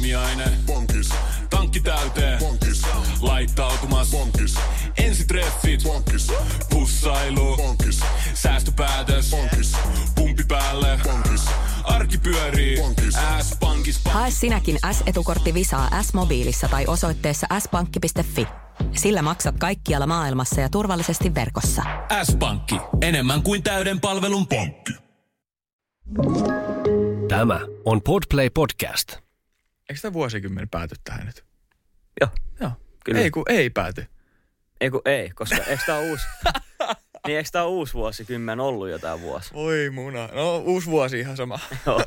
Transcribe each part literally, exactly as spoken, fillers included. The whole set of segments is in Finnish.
aamiainen. Bonkis. Tankki täyteen. Bonkis. Laittautumas. Bonkis. Ensitreffit. Bonkis. Pussailu. Bonkis. Säästöpäätös. Bonkis. Pumpi päälle. Bonkis. Arki pyörii. Bonkis. S-pankis. Hae sinäkin S-etukortti Visaa S-mobiilissa tai osoitteessa s pankki piste fi. Sillä maksat kaikkialla maailmassa ja turvallisesti verkossa. S-pankki. Enemmän kuin täyden palvelun pankki. Tämä on Podplay Podcast. Eikö tämä vuosikymmen pääty tähän nyt? Joo. Joo. Kyllä. Ei kun ei pääty. Ei kun ei, koska eikö tää uusi... niin eikö tää uusi vuosikymmen ollut jo tää vuosi? Voi muna. No uusi vuosi ihan sama. Joo.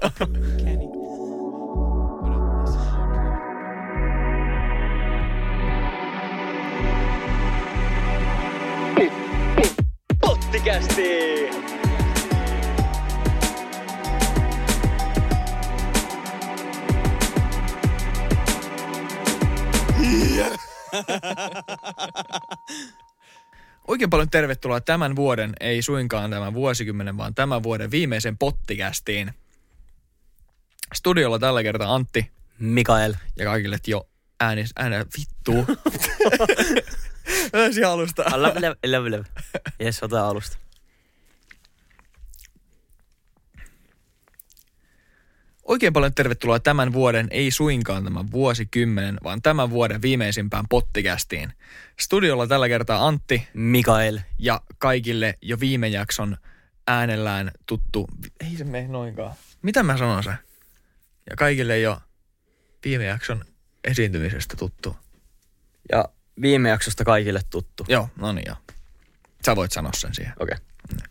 Pottikästi! Oikein paljon tervetuloa tämän vuoden, ei suinkaan tämän vuosikymmenen, vaan tämän vuoden viimeisen Pottikästiin. Studiolla tällä kertaa Antti. Mikael. Ja kaikille jo ääni, ääni vittuu. Löysin alusta. Love, love, love, love. Jes, ota alusta. Oikein paljon tervetuloa tämän vuoden, ei suinkaan tämän vuosikymmenen, vaan tämän vuoden viimeisimpään Pottikästiin. Studiolla tällä kertaa Antti. Mikael. Ja kaikille jo viime jakson äänellään tuttu, ei se mene noinkaan. Mitä mä sanon se? Ja kaikille jo viime jakson esiintymisestä tuttu. Ja viime jaksosta kaikille tuttu. Joo, no niin joo. Sä voit sanoa sen siihen. Okei. Okay.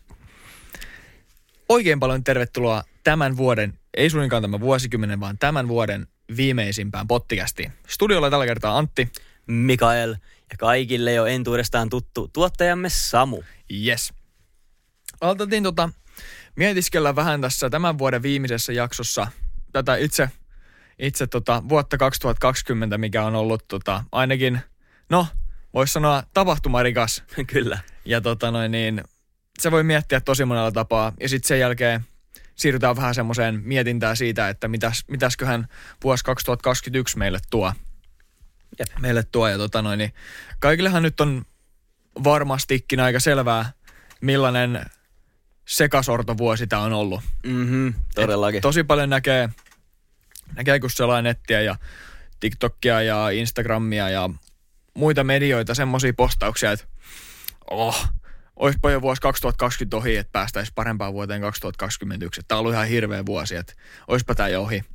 Oikein paljon tervetuloa tämän vuoden, ei suinkaan tämän vuosikymmenen, vaan tämän vuoden viimeisimpään Pottikästiin. Studiolla tällä kertaa Antti. Mikael. Ja kaikille jo entuudestaan tuttu tuottajamme Samu. Yes. Aloitettiin tota, mietiskellä vähän tässä tämän vuoden viimeisessä jaksossa tätä itse, itse tota, vuotta kaksituhattakaksikymmentä, mikä on ollut tota, ainakin, no, voisi sanoa tapahtumarikas. Kyllä. Ja tota noin niin, se voi miettiä tosi monella tapaa. Ja sitten sen jälkeen siirrytään vähän semmoiseen mietintään siitä, että mitäs, mitäsköhän vuosi kaksituhattakaksikymmentäyksi meille tuo. Jep. Meille tuo. Ja tota noin niin, kaikillehan nyt on varmastikin aika selvää, millainen sekasortovuosi tämä on ollut. Mhm, todellakin. Et tosi paljon näkee, näkee kun selaa nettiä ja TikTokia ja Instagramia ja muita medioita, semmoisia postauksia, että oh, oispa jo vuosi kaksituhattakaksikymmentä ohi, että päästäisiin parempaan vuoteen kaksituhattakaksikymmentäyksi. Tämä on ollut ihan hirveä vuosi, että oispa tämä jo ohi.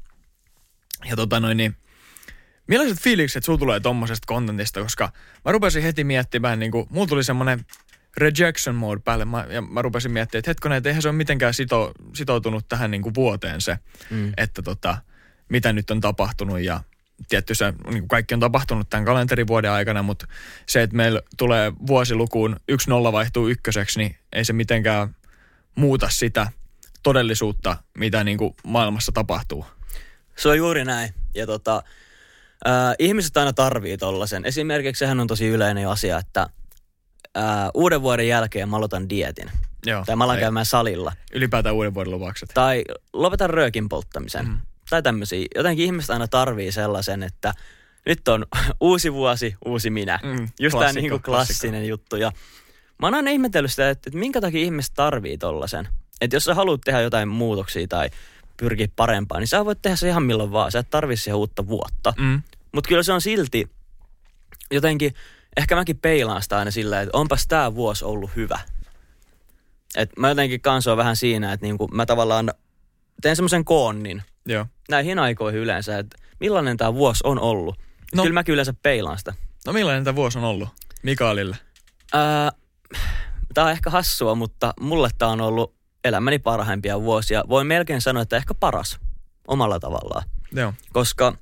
Ja tota noin niin, millaiset fiilikset sulla tulee tommosesta kontentista, koska mä rupesin heti miettimään, niin kuin, mulla tuli semmoinen rejection mode päälle, mä, ja mä rupesin miettimään, että hetkonen, että eihän se ole mitenkään sito, sitoutunut tähän niin kuin vuoteen se, mm. että tota, mitä nyt on tapahtunut, ja tietty se, niin kuin kaikki on tapahtunut tämän kalenterivuoden aikana, mutta se, että meillä tulee vuosilukuun yksi nolla vaihtuu ykköseksi, niin ei se mitenkään muuta sitä todellisuutta, mitä niin kuin maailmassa tapahtuu. Se on juuri näin. Ja tota, äh, ihmiset aina tarvii tollasen. Esimerkiksi sehän on tosi yleinen asia, että äh, uuden vuoden jälkeen mä aloitan dietin. Joo, tai mä alan käymään salilla. Ylipäätään uuden vuoden lupaukset. Tai lopetan röökin polttamisen. Mm. Tai tämmöisiä. Jotenkin ihmiset aina tarvii sellaisen, että nyt on uusi vuosi, uusi minä. Mm, Just tämä niinku klassinen klassikko. Juttu. Ja mä oon aina ihmetellyt sitä, että, että minkä takia ihmiset tarvii tollasen. Että jos sä haluat tehdä jotain muutoksia tai pyrkiä parempaan, niin sä voit tehdä se ihan milloin vaan. Sä et tarvitse siihen uutta vuotta. Mm. Mutta kyllä se on silti jotenkin, ehkä mäkin peilaan sitä aina sillä, että onpas tää vuosi ollut hyvä. Et mä jotenkin kansoin vähän siinä, että niinku mä tavallaan teen semmoisen koonnin. Joo. Näihin aikoihin yleensä, että millainen tämä vuosi on ollut. No. Kyllä mäkin yleensä peilaan sitä. No millainen tämä vuosi on ollut Mikaelille? Tämä on ehkä hassua, mutta mulle tämä on ollut elämäni parhaimpia vuosia. Voin melkein sanoa, että ehkä paras omalla tavallaan. Joo. Koska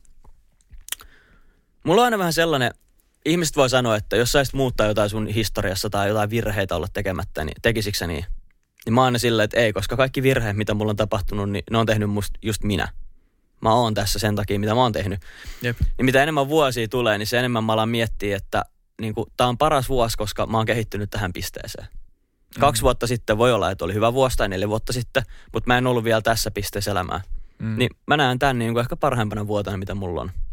mulla on aina vähän sellainen, ihmiset voi sanoa, että jos saisit muuttaa jotain sun historiassa tai jotain virheitä olla tekemättä, niin tekisikö sä niin? Niin mä oon aina silleen, että ei, koska kaikki virheet, mitä mulla on tapahtunut, niin ne on tehnyt musta just minä. Mä oon tässä sen takia, mitä mä oon tehnyt. Jep. Niin mitä enemmän vuosia tulee, niin se enemmän mä alan miettiä, että niin kuin, tää on paras vuosi, koska mä oon kehittynyt tähän pisteeseen. Mm-hmm. Kaksi vuotta sitten voi olla, että oli hyvä vuosi tai neljä vuotta sitten, mutta mä en ollut vielä tässä pisteessä elämää. Mm-hmm. Niin mä näen tämän niin kuin ehkä parhaimpana vuotena, mitä mulla on.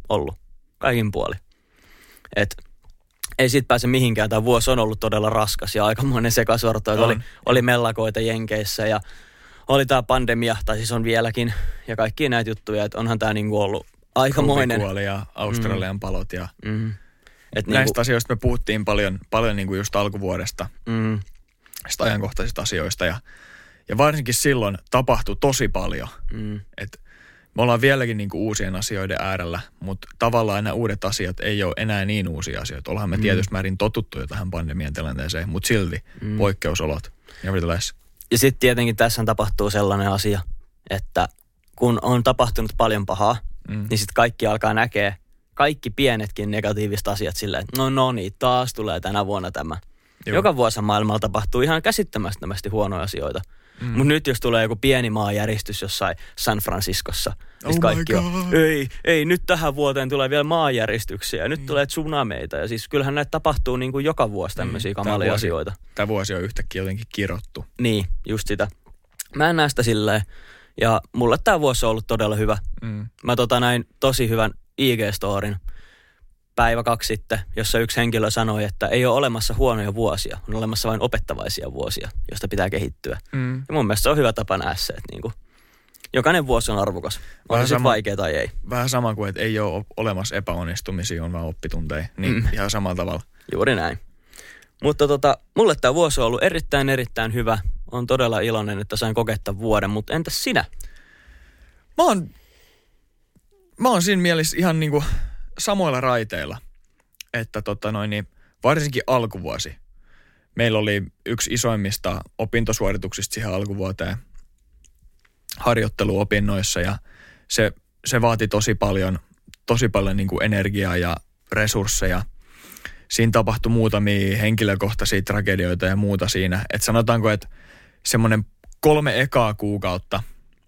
ollut. Kaikin puoli. Et ei siitä pääse mihinkään. Tämä vuosi on ollut todella raskas ja aikamoinen sekasorto. Oli, oli mellakoita Jenkeissä ja oli tämä pandemia, tai siis on vieläkin, ja kaikki näitä juttuja, että onhan tämä niinku ollut aikamoinen. Kuoli ja Australian mm. palot ja mm. Et näistä niinku, asioista me puhuttiin paljon, paljon niinku just alkuvuodesta, mm. sitä ajankohtaisista asioista ja, ja varsinkin silloin tapahtui tosi paljon. Mm. Et me ollaan vieläkin niinku uusien asioiden äärellä, mutta tavallaan nämä uudet asiat ei ole enää niin uusia asioita. Ollaan me mm. tietysti määrin totuttu jo tähän pandemian tilanteeseen, mutta silti mm. poikkeusolot. Nevertheless. Ja sitten tietenkin tässä tapahtuu sellainen asia, että kun on tapahtunut paljon pahaa, mm. niin sitten kaikki alkaa näkee, kaikki pienetkin negatiiviset asiat silleen, että no no niin, taas tulee tänä vuonna tämä. Joo. Joka vuosi maailmalla tapahtuu ihan käsittämättömästi huonoja asioita. Mm. Mutta nyt jos tulee joku pieni maanjäristys jossain San Franciscossa, niin oh kaikki on, ei, ei, nyt tähän vuoteen tulee vielä maanjäristyksiä ja nyt mm. tulee tsunameita. Ja siis kyllähän näitä tapahtuu niin kuin joka vuosi tämmöisiä mm. kamalia vuosi, asioita. Tämä vuosi on yhtäkkiä jotenkin kirottu. Niin, just sitä. Mä en näe sitä silleen. Ja mulle tämä vuosi on ollut todella hyvä. Mm. Mä tota näin tosi hyvän I G-storin päivä kaksi sitten, jossa yksi henkilö sanoi, että ei ole olemassa huonoja vuosia, on olemassa vain opettavaisia vuosia, joista pitää kehittyä. Mm. Ja mun mielestä se on hyvä tapa nähdä se, että niinku, jokainen vuosi on arvokas. On se sitten vaikea tai ei. Vähän sama kuin, että ei ole olemassa epäonnistumisia, on vaan oppitunteja. Niin mm. ihan samalla tavalla. Juuri näin. Mutta tota, mulle tämä vuosi on ollut erittäin, erittäin hyvä. Olen todella iloinen, että sain kokea vuoden, mutta entäs sinä? Mä oon, mä oon siinä mielessä ihan niinku samoilla raiteilla, että tota noin, niin varsinkin alkuvuosi. Meillä oli yksi isoimmista opintosuorituksista siihen alkuvuoteen harjoitteluopinnoissa ja se, se vaati tosi paljon, tosi paljon niin kuin energiaa ja resursseja. Siinä tapahtui muutamia henkilökohtaisia tragedioita ja muuta siinä. Että sanotaanko, että semmoinen kolme ekaa kuukautta,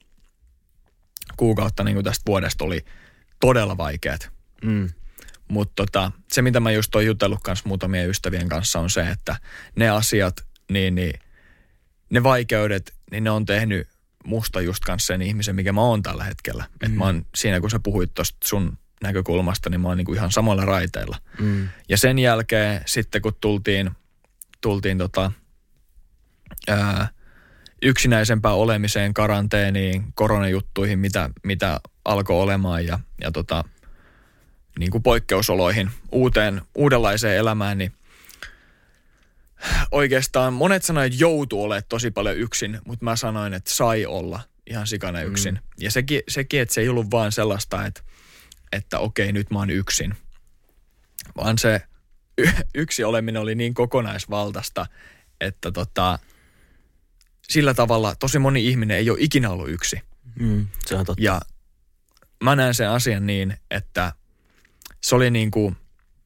kuukautta niin kuin tästä vuodesta oli todella vaikeat. Mm. Mutta tota, se, mitä mä just oon jutellut kanssa muutamien ystävien kanssa, on se, että ne asiat, niin, niin ne vaikeudet, niin ne on tehnyt musta just kanssa sen ihmisen, mikä mä oon tällä hetkellä. Mm. Että mä oon siinä, kun sä puhuit tosta sun näkökulmasta, niin mä oon niinku ihan samalla raiteilla. Mm. Ja sen jälkeen sitten, kun tultiin, tultiin tota, ää, yksinäisempään olemiseen, karanteeniin, koronajuttuihin, mitä, mitä alkoi olemaan ja, ja tota, niin kuin poikkeusoloihin, uuteen, uudenlaiseen elämään, niin oikeastaan monet sanoivat, että joutui olemaan tosi paljon yksin, mutta mä sanoin, että sai olla ihan sikana yksin. Mm. Ja sekin, sekin, että se ei ollut vaan sellaista, että, että okei, nyt mä oon yksin, vaan se y- yksi oleminen oli niin kokonaisvaltaista, että tota, sillä tavalla tosi moni ihminen ei ole ikinä ollut yksi. Mm, se on totta. Ja mä näen sen asian niin, että se oli niin kuin,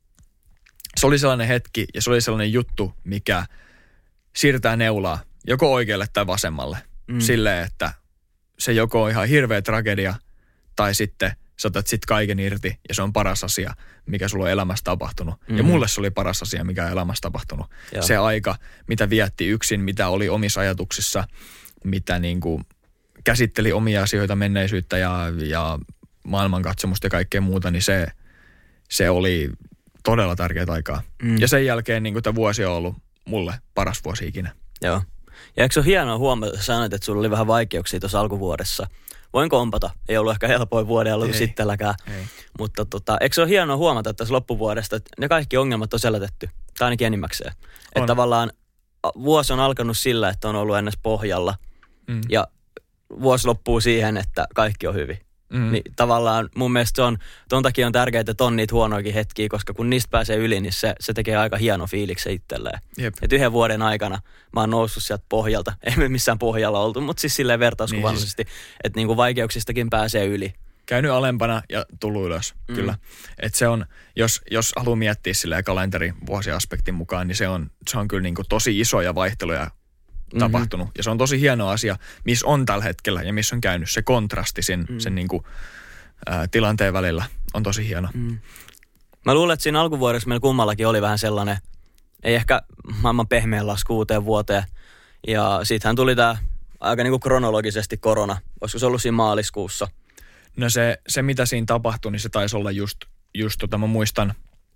se oli sellainen hetki ja se oli sellainen juttu, mikä siirtää neulaa joko oikealle tai vasemmalle. Mm. Silleen, että se joko on ihan hirveä tragedia tai sitten sä otat sit kaiken irti ja se on paras asia, mikä sulla on elämässä tapahtunut. Mm-hmm. Ja mulle se oli paras asia, mikä on elämässä tapahtunut. Joo. Se aika, mitä vietti yksin, mitä oli omissa ajatuksissa, mitä niin kuin käsitteli omia asioita, menneisyyttä ja, ja maailmankatsomusta ja kaikkea muuta, niin se, se oli todella tärkeää aikaa. Mm. Ja sen jälkeen niin kuin tämä vuosi on ollut mulle paras vuosi ikinä. Joo. Ja eikö se ole hienoa huomata, sanoit, että sulla oli vähän vaikeuksia tuossa alkuvuodessa. Voin kompata. Ei ollut ehkä helpoin vuoden ollut sittenläkään. Mutta tota, eikö se ole hienoa huomata tässä loppuvuodesta, että ne kaikki ongelmat on selätetty. Tai ainakin enimmäkseen. Että tavallaan vuosi on alkanut sillä, että on ollut ennäs pohjalla. Mm. Ja vuosi loppuu siihen, että kaikki on hyvin. Mm. Niin tavallaan mun mielestä se on, ton takia on tärkeää, että on niitä huonoakin hetkiä, koska kun niistä pääsee yli, niin se, se tekee aika hieno fiiliksen itselleen. Että yhden vuoden aikana mä oon noussut sieltä pohjalta, ei me missään pohjalla oltu, mutta siis silleen vertauskuvallisesti, niin siis, että niinku vaikeuksistakin pääsee yli. Käynyt alempana ja tullut ylös, mm. kyllä. Että se on, jos, jos haluaa miettiä silleen kalenterivuosiaspektin mukaan, niin se on, se on kyllä niinku tosi isoja vaihteluja tapahtunut. Mm-hmm. Ja se on tosi hieno asia, missä on tällä hetkellä ja missä on käynyt. Se kontrasti sen, mm. sen niin kuin, ä, tilanteen välillä on tosi hieno. Mm. Mä luulen, että siinä alkuvuodessa meillä kummallakin oli vähän sellainen, ei ehkä maailman pehmeän lasku uuteen vuoteen. Ja siitähän tuli tää aika niin kuin kronologisesti korona. Olisiko se ollut siinä maaliskuussa? No se, se mitä siinä tapahtui, niin se taisi olla just, just tota, mä muistan,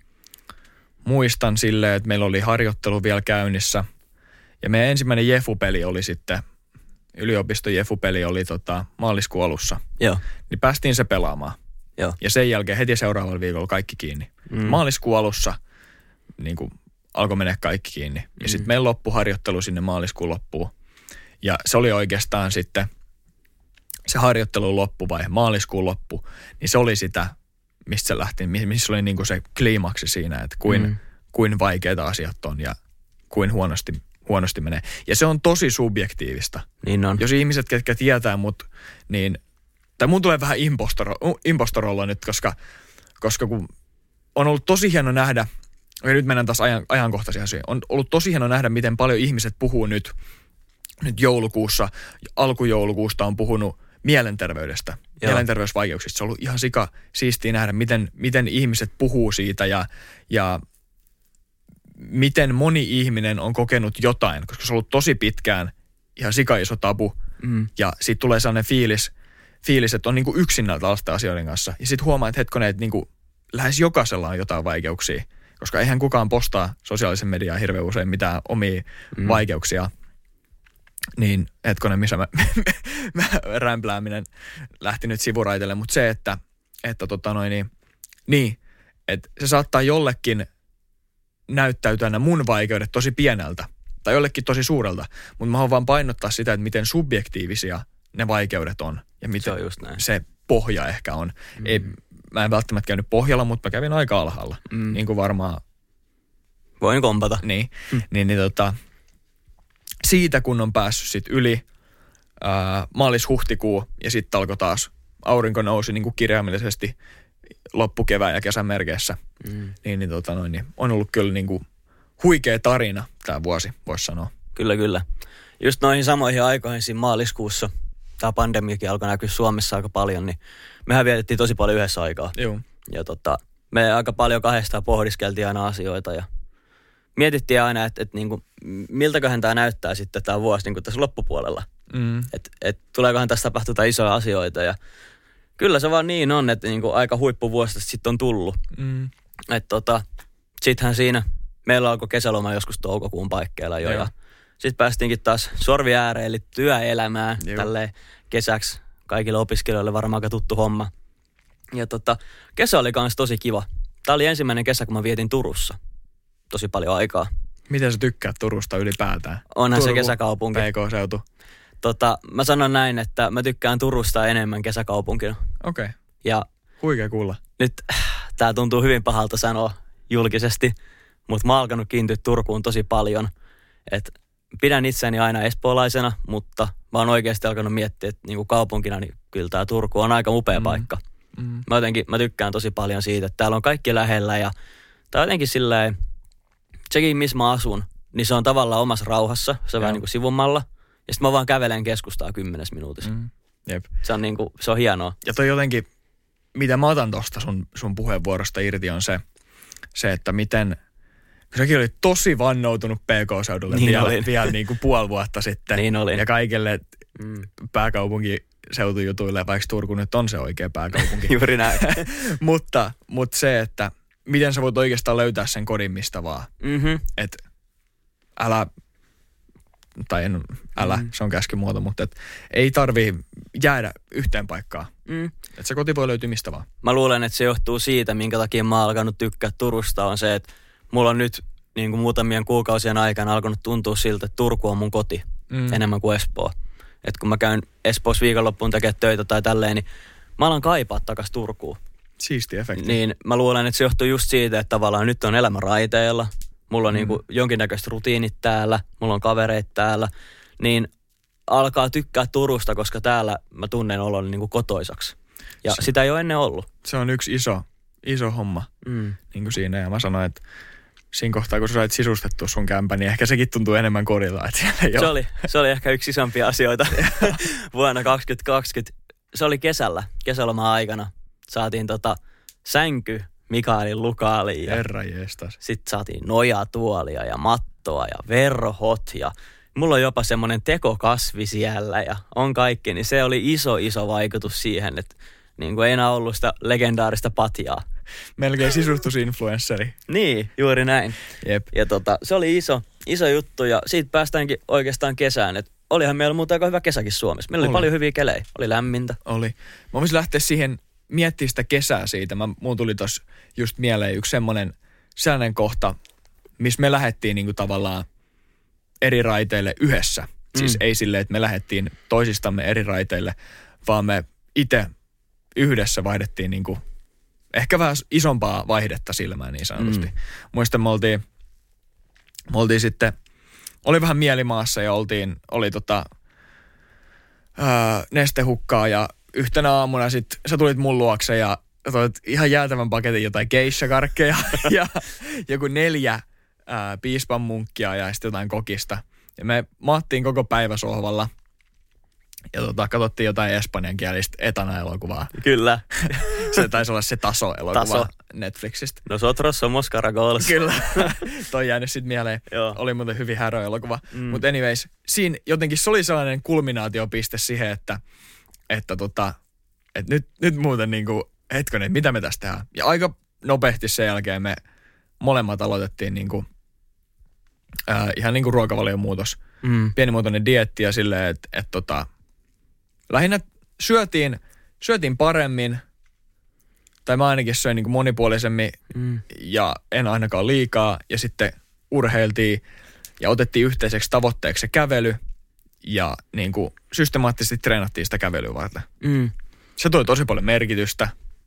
muistan silleen, että meillä oli harjoittelu vielä käynnissä. Ja meidän ensimmäinen Jefu-peli oli sitten, yliopiston Jefu-peli oli tota, maaliskuun alussa. Joo. Niin päästiin se pelaamaan. Joo. Ja sen jälkeen heti seuraavalla viikolla kaikki kiinni. Mm. Maaliskuun alussa niin kuin, alkoi mennä kaikki kiinni. Ja mm. sitten meillä loppui harjoittelu sinne maaliskuun loppuun. Ja se oli oikeastaan sitten se harjoittelun loppuvaihe, maaliskuun loppu, niin se oli sitä, mistä se lähti, missä oli niin kuin se kliimaksi siinä, että kuin, mm. kuin vaikeita asiat on ja kuin huonosti, huonosti menee. Ja se on tosi subjektiivista. Niin on. Jos ihmiset, ketkä tietää mut, niin, tai mun tulee vähän impostoro, impostorolla nyt, koska, koska kun on ollut tosi hieno nähdä, ja nyt mennään taas ajan, ajankohtaisia asioita, on ollut tosi hieno nähdä, miten paljon ihmiset puhuu nyt, nyt joulukuussa, alkujoulukuusta on puhunut mielenterveydestä, Joo. mielenterveysvaikeuksista. Se on ollut ihan sika siistiä nähdä, miten, miten ihmiset puhuu siitä ja, ja miten moni ihminen on kokenut jotain, koska se on ollut tosi pitkään ihan sika iso tabu. Mm. Ja siitä tulee sellainen fiilis, fiilis että on niinku yksin näiltä lasten asioiden kanssa. Ja sitten huomaa, että hetkonen, että niinku lähes jokaisella on jotain vaikeuksia, koska eihän kukaan postaa sosiaalisen mediaan hirveän usein mitään omia mm. vaikeuksia. Niin, hetkonen, missä mä, mä rämplääminen lähti nyt sivuraitelle, mutta se, että, että tota noin, niin, niin, että se saattaa jollekin näyttäytyä nämä mun vaikeudet tosi pieneltä tai jollekin tosi suurelta, mutta mä haluan vaan painottaa sitä, että miten subjektiivisia ne vaikeudet on ja miten se, se pohja ehkä on. Mm. Ei, mä en välttämättä käynyt pohjalla, mutta mä kävin aika alhaalla, mm. niin kuin varmaan. Voin kompata. Niin, mm. niin, niin tota... Siitä kun on päässyt sitten yli ää, maalis-huhtikuu ja sitten alkoi taas, aurinko nousi niin kuin kirjaimellisesti loppukevään ja kesän merkeissä, mm. niin, niin, tota noin, niin on ollut kyllä niin kuin huikea tarina tämä vuosi, voisi sanoa. Kyllä, kyllä. Just noihin samoihin aikoihin siinä maaliskuussa, tämä pandemiakin alkoi näkyä Suomessa aika paljon, niin mehän vietettiin tosi paljon yhdessä aikaa. Joo. Ja tota, me aika paljon kahdestaan pohdiskeltiin aina asioita ja mietittiin aina, että, että niin kuin, miltäköhän tämä näyttää sitten tämä vuosi niin kuin tässä loppupuolella. Mm. Että et, tuleekohan tässä tapahtua isoja asioita. Ja kyllä se vaan niin on, että niin kuin aika huippuvuosista sitten on tullut. Mm. Että tota, sittenhän siinä, meillä alkoi kesäloma joskus toukokuun paikkeilla jo. Joo. Ja sitten päästiinkin taas sorvi ääreen, eli työelämään tälleen kesäksi. Kaikille opiskelijoille varmaan aika tuttu homma. Ja tota, kesä oli kans tosi kiva. Tämä oli ensimmäinen kesä, kun mä vietin Turussa. Tosi paljon aikaa. Miten sä tykkäät Turusta ylipäätään? Onhan Turku, se kesäkaupunki. P K-seutu. Tota, mä sanon näin, että mä tykkään Turusta enemmän kesäkaupunkina. Okei. Okay. Ja huikea kuulla. Nyt tää tuntuu hyvin pahalta sanoa julkisesti, mutta mä oon alkanut kiintyä Turkuun tosi paljon. Et pidän itseäni aina espoolaisena, mutta mä oon oikeasti alkanut miettiä, että niinku kaupunkina niin kyllä tää Turku on aika upea mm. paikka. Mm. Mä jotenkin, mä tykkään tosi paljon siitä, että täällä on kaikki lähellä ja tää on jotenkin silleen, sekin missä mä asun, niin se on tavallaan omassa rauhassa, se on vähän niin kuin sivummalla. Ja sitten mä vaan kävelen keskustaa kymmenes minuutissa. Mm. Jep. Se on niin kuin, se on hienoa. Ja toi jotenkin, mitä mä otan tosta sun, sun puheenvuorosta irti on se, se että miten, kun säkin olit tosi vannoutunut P K-seudulle niin vielä, vielä niin kuin puoli vuotta sitten. Niin olin. Ja kaikille mm. pääkaupunkiseutujutuille, vaikka Turku nyt on se oikea pääkaupunki. Juuri näin. mutta, mutta se, että miten sä voit oikeastaan löytää sen kodin mistä vaan. Mm-hmm. Että älä, tai en, älä, mm-hmm. se on käskymuoto, mutta et ei tarvii jäädä yhteen paikkaan. Mm. Että se koti voi löytyä mistä vaan. Mä luulen, että se johtuu siitä, minkä takia mä oon alkanut tykkää Turusta, on se, että mulla on nyt niin kuin muutamien kuukausien aikana alkanut tuntua siltä, että Turku on mun koti mm. enemmän kuin Espoo. Että kun mä käyn Espoossa viikonloppuun tekemään töitä tai tälleen, niin mä alan kaipaa takas Turkuun. Siisti efekti. Niin mä luulen, että se johtuu just siitä, että tavallaan nyt on elämä raiteilla. Mulla on mm. niinku jonkinnäköiset rutiinit täällä, mulla on kavereita täällä. Niin alkaa tykkää Turusta, koska täällä mä tunnen oloni niinku kotoisaksi. Ja se, sitä ei ole ennen ollut. Se on yksi iso, iso homma mm. niin kuin siinä. Ja mä sanoin, että siinä kohtaa, kun sä sait sisustettua sun kämpä, niin ehkä sekin tuntuu enemmän kodilla. Että ei se, oli, se oli ehkä yksi isompia asioita vuonna kaksituhattakaksikymmentä. Se oli kesällä, kesäloman aikana. Saatiin tota sänky Mikaelin lukaaliin. Herra jestas. Sitten saatiin nojatuolia ja mattoa ja verhot ja mulla on jopa semmoinen tekokasvi siellä ja on kaikki. Niin se oli iso, iso vaikutus siihen, että niin kuin ei enää ollut sitä legendaarista patjaa. Melkein sisustusinfluenssari. Niin, juuri näin. Jep. Ja tota, se oli iso, iso juttu ja siitä päästäänkin oikeastaan kesään. Et olihan meillä muuten aika hyvä kesäkin Suomessa. Meillä oli, oli paljon hyviä kelejä, oli lämmintä. Oli. Mä voisin lähteä siihen miettimään sitä kesää siitä. Mä, mun tuli tossa just mieleen yksi semmonen sellainen kohta, missä me lähdettiin niinku tavallaan eri raiteille yhdessä. Mm. Siis ei silleen, että me lähdettiin toisistamme eri raiteille, vaan me itse yhdessä vaihdettiin niinku ehkä vähän isompaa vaihdetta silmään niin sanotusti. Mm. Muistan, me oltiin, me oltiin sitten, oli vähän mielimaassa ja oltiin, oli tota, ää, nestehukkaa ja yhtenä aamuna sit sä tulit mun luokse ja toit ihan jäätävän paketin jotain geisha-karkkeja ja joku neljä ää, piispan munkkia ja sitten jotain kokista. Ja me maattiin koko päivä sohvalla ja tota, katsottiin jotain espanjankielistä Etana-elokuvaa. Kyllä. Se taisi olla se taso-elokuva Taso. Netflixistä. Nosotros somos caracoles. Kyllä. Toi jäänyt sitten mieleen. Joo. Oli muuten hyvin härö-elokuva. Mm. Mutta anyways, siinä jotenkin se oli sellainen kulminaatiopiste siihen, että, että, tota, että nyt, nyt muuten niinku, hetkonen, mitä me tästä tehdään. Ja aika nopeasti sen jälkeen me molemmat aloitettiin niinku, äh, ihan niinku ruokavalion muutos. Mm. Pienimuotoinen dieetti ja silleen, että et, tota, lähinnä syötiin, syötiin paremmin, tai mä ainakin söin niin kuin monipuolisemmin mm. ja en ainakaan liikaa. Ja sitten urheiltiin ja otettiin yhteiseksi tavoitteeksi se kävely ja niin kuin systemaattisesti treenattiin sitä kävelyä varten. Mm. Se toi tosi paljon merkitystä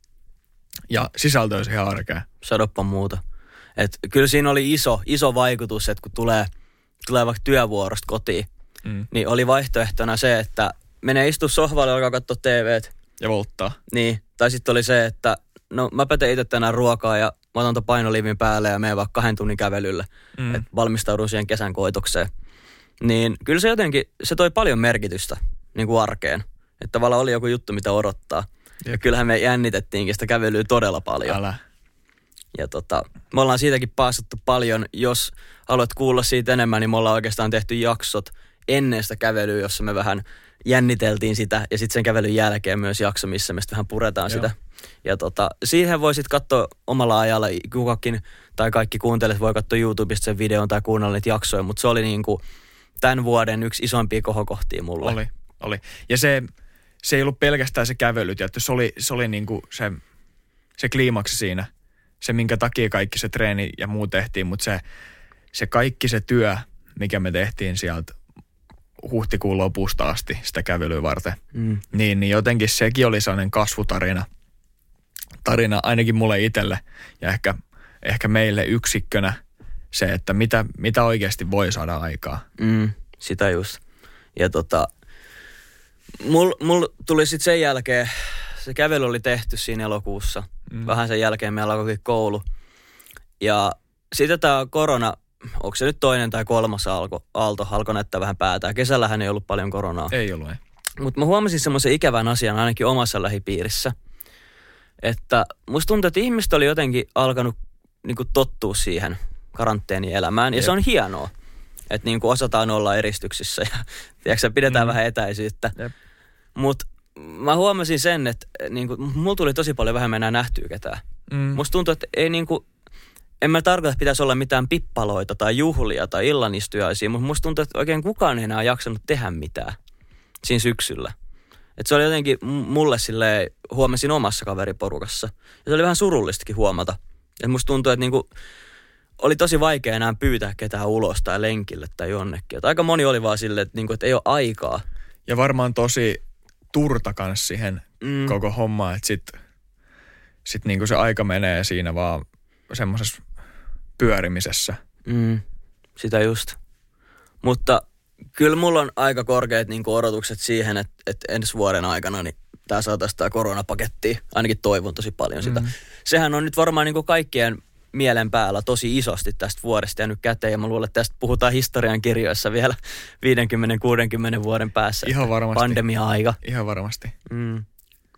ja sisältö olisi ihan arkea. Sadoppa muuta. Et kyllä siinä oli iso, iso vaikutus, että kun tulee, tulee vaikka työvuorosta kotiin, mm. niin oli vaihtoehtona se, että menee istua sohvalle ja alkaa katsoa T V:t. Ja volttaa. Niin. Tai sitten oli se, että no mä teen itse tänään ruokaa ja mä otan ton painoliivin päälle ja menen vaikka kahden tunnin kävelylle. Mm. Että valmistaudun siihen kesän koitokseen. Niin kyllä se jotenkin, se toi paljon merkitystä niin kuin arkeen. Että tavallaan oli joku juttu, mitä odottaa. Jep. Ja kyllähän me jännitettiinkin sitä kävelyä todella paljon. Älä. Ja tota, me ollaan siitäkin paasattu paljon. Jos haluat kuulla siitä enemmän, niin me ollaan oikeastaan tehty jaksot ennen sitä kävelyä, jossa me vähän jänniteltiin sitä ja sitten sen kävelyn jälkeen myös jakso, missä me vähän puretaan Joo. sitä. Ja tota, siihen voi sitten katsoa omalla ajalla, kukakin tai kaikki kuuntelijat voi katsoa YouTubesta sen videon tai kuunnella niitä jaksoja, mutta se oli niinku tämän vuoden yksi isompia kohokohtia mulle. Oli, oli. Ja se, se ei ollut pelkästään se kävely, tietysti. Se oli, se oli niinku se, se kliimaksi siinä, se minkä takia kaikki se treeni ja muu tehtiin, mutta se, se kaikki se työ, mikä me tehtiin sieltä huhtikuun lopusta asti sitä kävelyä varten. Mm. Niin, niin jotenkin sekin oli sellainen kasvutarina. Tarina ainakin mulle itselle ja ehkä, ehkä meille yksikkönä se, että mitä, mitä oikeasti voi saada aikaa. Mm, sitä just. Ja tota, mul, mul tuli sitten sen jälkeen, se kävely oli tehty siinä elokuussa. Mm. Vähän sen jälkeen meillä alkoi koulu. Ja sitten tämä korona, onko se nyt toinen tai kolmas aalto, aalto alkoi näyttää vähän päätään. Kesällähän ei ollut paljon koronaa. Ei ollut, ei. Mutta mä huomasin semmoisen ikävän asian ainakin omassa lähipiirissä. Että musta tuntuu, että ihmiset oli jotenkin alkanut niinku tottua siihen karanteenielämään. Ja Jep. se on hienoa, että niinku osataan olla eristyksissä ja tiedätkö, pidetään mm. vähän etäisyyttä. Mutta mä huomasin sen, että niinku, mulla tuli tosi paljon vähemmän enää nähtyä ketään. Mm. Musta tuntuu, että ei niinku, en mä tarkoita, että pitäisi olla mitään pippaloita tai juhlia tai illanistujaisia, mutta musta tuntuu, että oikein kukaan ei enää jaksanut tehdä mitään siinä syksyllä. Että se oli jotenkin mulle silleen, huomasin omassa kaveriporukassa. Ja se oli vähän surullistakin huomata. Että musta tuntuu, että niinku, oli tosi vaikea enää pyytää ketään ulos tai lenkille tai jonnekin. Et aika moni oli vaan silleen, että, niinku, että ei ole aikaa. Ja varmaan tosi turta kans siihen mm. koko hommaan, että sit, sit niinku se aika menee siinä vaan semmoisessa pyörimisessä. Mm. Sitä just. Mutta kyllä mulla on aika korkeat niin kuin odotukset siihen, että, että ensi vuoden aikana niin tää saataisiin tää koronapaketti. Ainakin toivon tosi paljon sitä. Mm-hmm. Sehän on nyt varmaan niin kuin kaikkien mielen päällä tosi isosti tästä vuodesta jäänyt käteen. Ja mä luulen, että tästä puhutaan historian kirjoissa vielä viisikymmentä kuusikymmentä vuoden päässä. Ihan varmasti. Pandemia-aika. Ihan varmasti. Mm.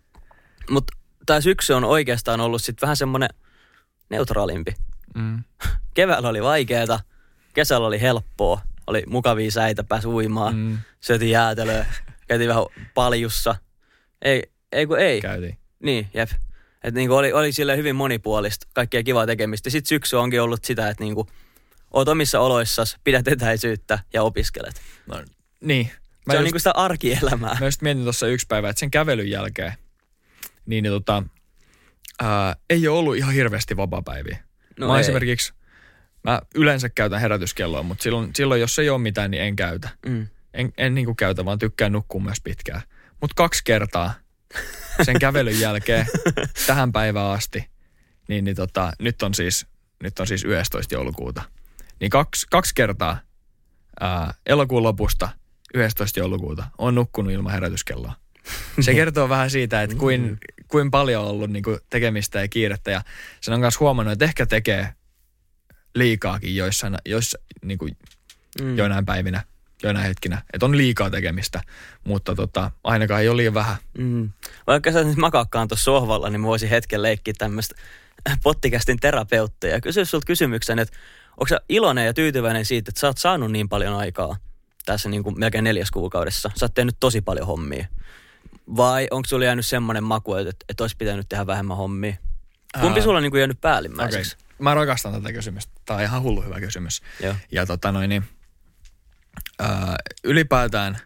Mutta tää syksy on oikeastaan ollut sitten vähän semmoinen neutraalimpi. Mm. Keväällä oli vaikeeta, kesällä oli helppoa. Oli mukavia säitä, pääsi uimaan, mm. syötiin jäätelöä, käytiin vähän paljussa. Ei, ei kun ei. Käytiin. Niin, jep. Että niinku oli, oli sille hyvin monipuolista, kaikkia kivaa tekemistä. Sitten syksy onkin ollut sitä, että niinku oot omissa oloissasi, pidät etäisyyttä ja opiskelet. No, niin. Mä se just, on niinku sitä arkielämää. Mä just mietin tuossa yksi päivä, että sen kävelyn jälkeen, niin, niin tota, ää, ei ole ollut ihan hirveästi vapaapäiviä. No mä ei. esimerkiksi, mä yleensä käytän herätyskelloa, mutta silloin, silloin jos ei ole mitään, niin en käytä. Mm. En, en niin kuin käytä, vaan tykkään nukkua myös pitkään. Mutta kaksi kertaa sen kävelyn jälkeen tähän päivään asti, niin, niin tota, nyt on siis, nyt on siis yhdestoista joulukuuta. Niin kaksi, kaksi kertaa ää, elokuun lopusta yhdestoista joulukuuta on nukkunut ilman herätyskelloa. Se kertoo vähän siitä, että kuin, kuin paljon on ollut niin kuin tekemistä ja kiirettä. Ja sen on myös huomannut, että ehkä tekee liikaakin joissain, joissa, niin kuin mm. joinain päivinä, joinain hetkinä. Että on liikaa tekemistä, mutta tota, ainakaan ei ole liian vähän. Mm. Vaikka sä nyt makaakkaan tuossa sohvalla, niin mä voisin hetken leikkiä tämmöistä pottikästin terapeuttia ja kysyä sulta kysymyksen, että onko sä iloinen ja tyytyväinen siitä, että sä oot saanut niin paljon aikaa tässä niin kuin melkein neljäs kuukaudessa? Sä oot tehnyt tosi paljon hommia. Vai onko sulla jäänyt semmoinen maku, että, että olisi pitänyt tehdä vähemmän hommia? Kumpi sulla on niin kuin jäänyt päällimmäiseksi? Okay. Mä rakastan tätä kysymystä. Tää on ihan hullu hyvä kysymys. Joo. Ja tota noin, niin, ää, ylipäätään,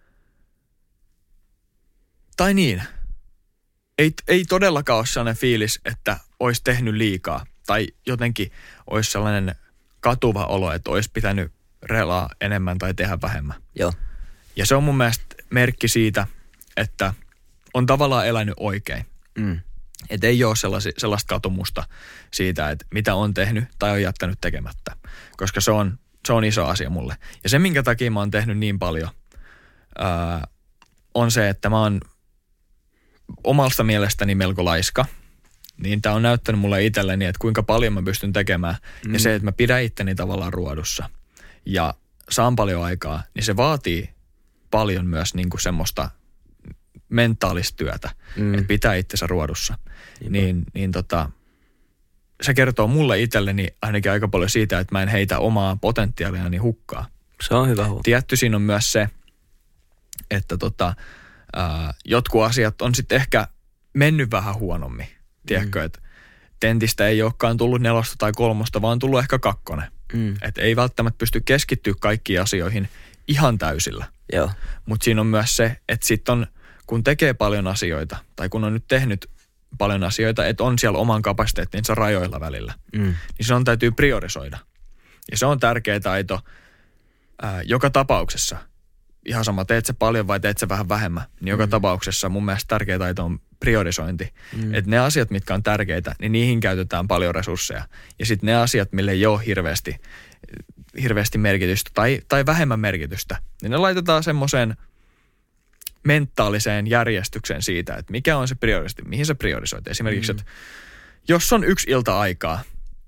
tai niin, ei, ei todellakaan ole sellainen fiilis, että olisi tehnyt liikaa. Tai jotenkin olisi sellainen katuva olo, että olisi pitänyt relaa enemmän tai tehdä vähemmän. Joo. Ja se on mun mielestä merkki siitä, että on tavallaan elänyt oikein. Mm. Että ei ole sellaisi, sellaista katumusta siitä, että mitä on tehnyt tai on jättänyt tekemättä. Koska se on, se on iso asia mulle. Ja se, minkä takia mä oon tehnyt niin paljon, ää, on se, että mä oon omasta mielestäni melko laiska. Niin tää on näyttänyt mulle itselleni, että kuinka paljon mä pystyn tekemään. Mm. Ja se, että mä pidän itteni tavallaan ruodussa ja saan paljon aikaa, niin se vaatii paljon myös niinku semmoista mentaalista työtä, mm. että pitää itsensä ruodussa. Niin, niin tota, se kertoo mulle itselleni ainakin aika paljon siitä, että mä en heitä omaa potentiaaliani hukkaa. Se on hyvä huomio. Tietty siinä on myös se, että tota, ää, jotkut asiat on sitten ehkä mennyt vähän huonommin. Tiedätkö, mm. että tentistä ei olekaan tullut nelosta tai kolmosta, vaan on tullut ehkä kakkonen. Mm. Että ei välttämättä pysty keskittyä kaikkiin asioihin ihan täysillä. Joo. Mutta siinä on myös se, että sitten on, kun tekee paljon asioita, tai kun on nyt tehnyt paljon asioita, että on siellä oman kapasiteettinsa rajoilla välillä, mm. niin se on täytyy priorisoida. Ja se on tärkeä taito ää, joka tapauksessa. Ihan sama, teet sä paljon vai teet sä vähän vähemmän, niin joka mm. tapauksessa mun mielestä tärkeä taito on priorisointi. Mm. Että ne asiat, mitkä on tärkeitä, niin niihin käytetään paljon resursseja. Ja sitten ne asiat, mille ei ole hirveästi, hirveästi merkitystä tai, tai vähemmän merkitystä, niin ne laitetaan semmoiseen mentaaliseen järjestykseen siitä, että mikä on se prioristi, mihin sä priorisoit. Esimerkiksi, mm. että jos on yksi ilta aikaa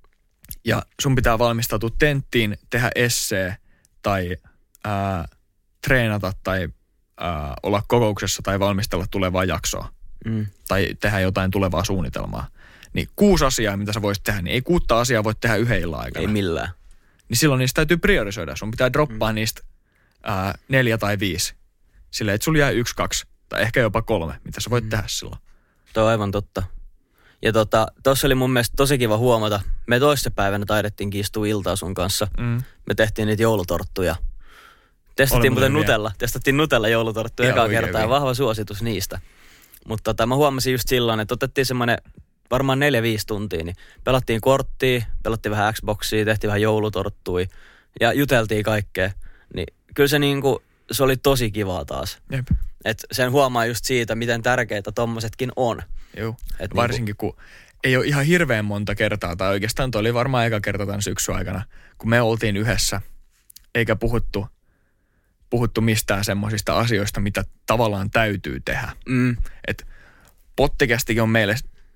ja sun pitää valmistautua tenttiin, tehdä essee tai ää, treenata tai ää, olla kokouksessa tai valmistella tulevaa jaksoa mm. tai tehdä jotain tulevaa suunnitelmaa, niin kuusi asiaa, mitä sä voisit tehdä, niin ei kuutta asiaa voi tehdä yhden illan aikana. Ei millään. Niin silloin niistä täytyy priorisoida. Sun pitää droppaa mm. niistä ää, neljä tai viisi. Silleen, että sulla jää yksi, kaksi tai ehkä jopa kolme, mitä sä voit mm. tehdä silloin. Tuo on aivan totta. Ja tota, tossa oli mun mielestä tosi kiva huomata. Me toissapäivänä taidettiin istua iltaa sun kanssa. Mm. Me tehtiin niitä joulutorttuja. Testattiin muuten Nutella. Testattiin Nutella joulutorttuja ekaa kertaa ja vahva suositus niistä. Mutta tota, mä huomasin just silloin, että otettiin semmoinen varmaan neljä, viisi tuntia. Niin pelattiin korttia, pelattiin vähän Xboxia, tehtiin vähän joulutorttuja ja juteltiin kaikkea. Niin kyllä se niinku, se oli tosi kivaa taas. Jep. Et sen huomaa just siitä, miten tärkeitä tommosetkin on. Joo, et varsinkin niinku, kun ei ole ihan hirveän monta kertaa, tai oikeastaan toi oli varmaan eka kerta tämän syksyn aikana, kun me oltiin yhdessä, eikä puhuttu, puhuttu mistään semmoisista asioista, mitä tavallaan täytyy tehdä. Mm. Että pottikästikin on meille,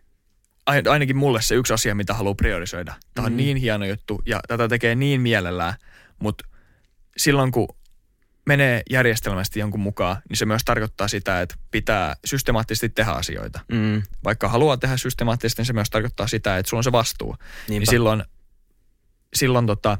ainakin mulle se yksi asia, mitä haluaa priorisoida. Tämä on mm. niin hieno juttu, ja tätä tekee niin mielellään, mutta silloin kun menee järjestelmästi jonkun mukaan, niin se myös tarkoittaa sitä, että pitää systemaattisesti tehdä asioita. Mm. Vaikka haluaa tehdä systemaattisesti, niin se myös tarkoittaa sitä, että sulla on se vastuu. Niinpä. Niin silloin, silloin tota,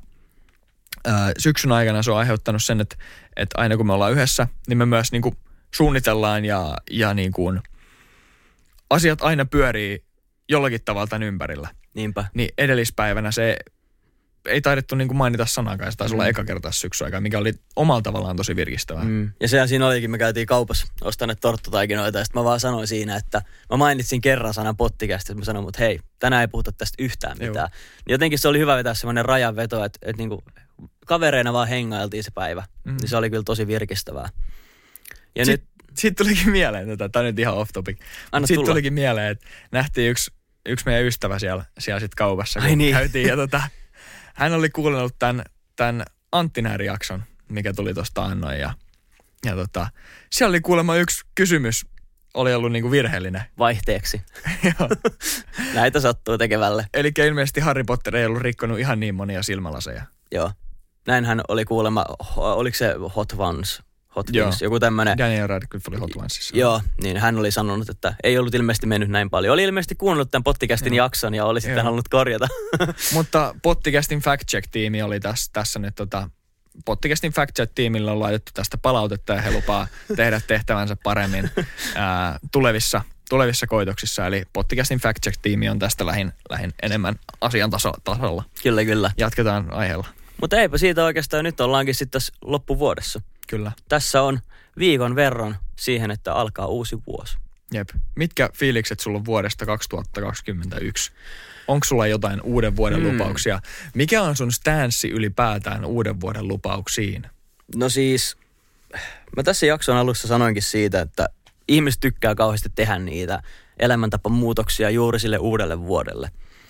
ää, syksyn aikana se on aiheuttanut sen, että, että aina kun me ollaan yhdessä, niin me myös niin kuin suunnitellaan ja, ja niin kuin asiat aina pyörii jollakin tavalla tämän ympärillä. Niinpä. Niin edellispäivänä se ei taidettu niin kuin mainita sanakaan. Se taisi mm. olla eka kertaa syksy aikaa, mikä oli omalla tavallaan tosi virkistävää. Mm. Ja sehän siinä olikin, me käytiin kaupassa ostaneet torttutaikinoita ja sitten mä vaan sanoin siinä, että mä mainitsin kerran sanan pottikästä, että mä sanoin, mutta hei, tänään ei puhuta tästä yhtään mitään. Joo. Niin jotenkin se oli hyvä vetää semmoinen rajanveto, että, että niin kuin kavereina vaan hengailtiin se päivä. Mm. Niin se oli kyllä tosi virkistävää. Ja Siit, nyt... Siitä tulikin mieleen, tätä, tämä on nyt ihan off topic. Siitä tulikin mieleen, että nähtiin yksi, yksi meidän ystävä siellä, siellä sit kaupassa, kun Ai niin. käytiin. Ja tota, hän oli kuunnellut tämän, tämän Antti Nääri-jakson, mikä tuli tuosta annoin. Ja, ja tota, siellä oli kuulemma yksi kysymys, oli ollut niinku virheellinen. Vaihteeksi. Näitä sattuu tekevälle. Eli ilmeisesti Harry Potter ei ollut rikkonut ihan niin monia silmälaseja. Joo. Näinhän oli kuulemma, oliko se Hot Ones? Hot Wings, joku tämmönen. Daniel Radcliffe oli Hot Onesissa. Joo, niin hän oli sanonut, että ei ollut ilmeisesti mennyt näin paljon. Oli ilmeisesti kuunnellut tämän Pottikästin jakson ja oli sitten Joo. halunnut korjata. Mutta Pottikästin Fact Check-tiimi oli tässä, tässä nyt tota, Pottikästin Fact Check-tiimillä on laitettu tästä palautetta ja he lupaa tehdä tehtävänsä paremmin ää, tulevissa, tulevissa koitoksissa. Eli Pottikästin Fact Check-tiimi on tästä lähin, lähin enemmän asian taso, tasolla. Kyllä, kyllä. Jatketaan aiheella. Mutta eipä siitä oikeastaan, nyt ollaankin sitten tässä loppuvuodessa. Kyllä. Tässä on viikon verran siihen, että alkaa uusi vuosi. Jep. Mitkä fiilikset sulla on vuodesta kaksituhattakaksikymmentäyksi? Onko sulla jotain uuden vuoden mm. lupauksia? Mikä on sun stanssi ylipäätään uuden vuoden lupauksiin? No siis, mä tässä jakson alussa sanoinkin siitä, että ihmiset tykkää kauheasti tehdä niitä elämäntapamuutoksia juuri sille uudelle vuodelle.